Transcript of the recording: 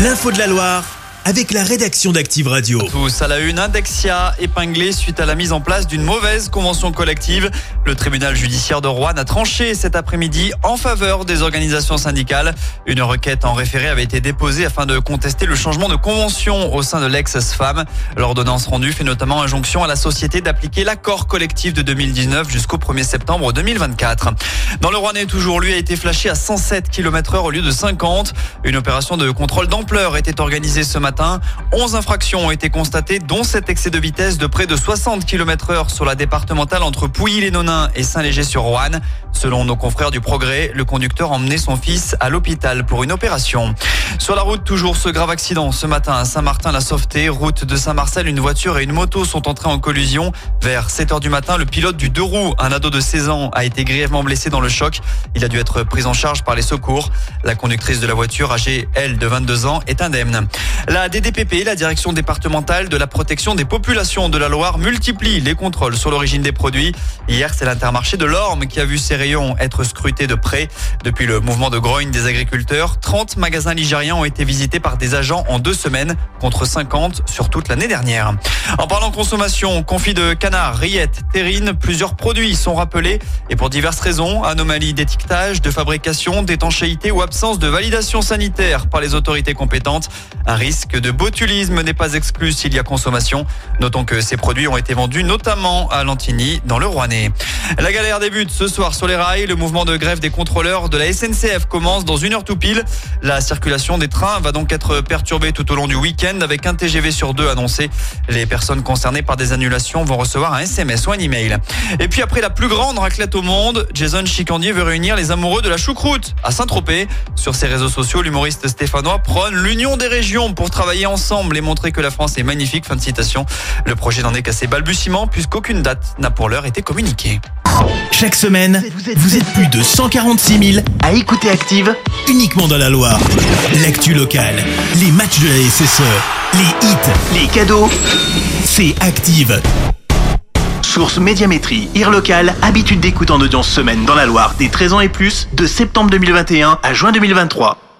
L'info de la Loire avec la rédaction d'Active Radio. Tous à la une, Dexia épinglé suite à la mise en place d'une mauvaise convention collective. Le tribunal judiciaire de Roanne a tranché cet après-midi en faveur des organisations syndicales. Une requête en référé avait été déposée afin de contester le changement de convention au sein de l'ex-SFAM. L'ordonnance rendue fait notamment injonction à la société d'appliquer l'accord collectif de 2019 jusqu'au 1er septembre 2024. Dans le Rouennais, toujours, lui a été flashé à 107 km/h au lieu de 50. Une opération de contrôle d'ampleur était organisée ce matin. 11 infractions ont été constatées, dont 7 excès de vitesse de près de 60 km/h sur la départementale entre Pouilly-les-Nonains et Saint-Léger-sur-Roanne. Selon nos confrères du Progrès, le conducteur emmenait son fils à l'hôpital pour une opération. Sur la route, toujours ce grave accident. Ce matin, à Saint-Martin-la-Sauveté, route de Saint-Marcel, une voiture et une moto sont entrées en collision. Vers 7h du matin, le pilote du 2 roues, un ado de 16 ans, a été grièvement blessé dans le choc. Il a dû être pris en charge par les secours. La conductrice de la voiture, âgée, elle, de 22 ans, est indemne. La DDPP, la direction départementale de la protection des populations de la Loire, multiplie les contrôles sur l'origine des produits. Hier, c'est l'Intermarché de l'Orme qui a vu ses rayons être scrutés de près. Depuis le mouvement de grogne des agriculteurs, 30 magasins ligériens ont été visités par des agents en 2 semaines, contre 50 sur toute l'année dernière. En parlant consommation, confit de canard, rillettes, terrine, plusieurs produits sont rappelés et pour diverses raisons, anomalies d'étiquetage, de fabrication, d'étanchéité ou absence de validation sanitaire par les autorités compétentes. Un risque de botulisme n'est pas exclu s'il y a consommation. Notons que ces produits ont été vendus notamment à Lantigny dans le Rouennais. La galère débute ce soir sur les rails. Le mouvement de grève des contrôleurs de la SNCF commence dans 1 heure tout pile. La circulation des trains va donc être perturbée tout au long du week-end avec un TGV sur 2 annoncé. Les personnes concernées par des annulations vont recevoir un SMS ou un email. Et puis après la plus grande raclette au monde, Jason Chicandier veut réunir les amoureux de la choucroute à Saint-Tropez. Sur ses réseaux sociaux, l'humoriste stéphanois prône l'union des régions pour travailler ensemble et montrer que la France est magnifique. Fin de citation. Le projet n'en est qu'à ses balbutiements puisqu'aucune date n'a pour l'heure été communiquée. Chaque semaine, vous êtes plus de 146 000 à écouter Active uniquement dans la Loire. L'actu locale, les matchs de la SSE, les hits, les cadeaux, c'est Active. Source Médiamétrie, IR local, habitude d'écoute en audience semaine dans la Loire des 13 ans et plus, de septembre 2021 à juin 2023.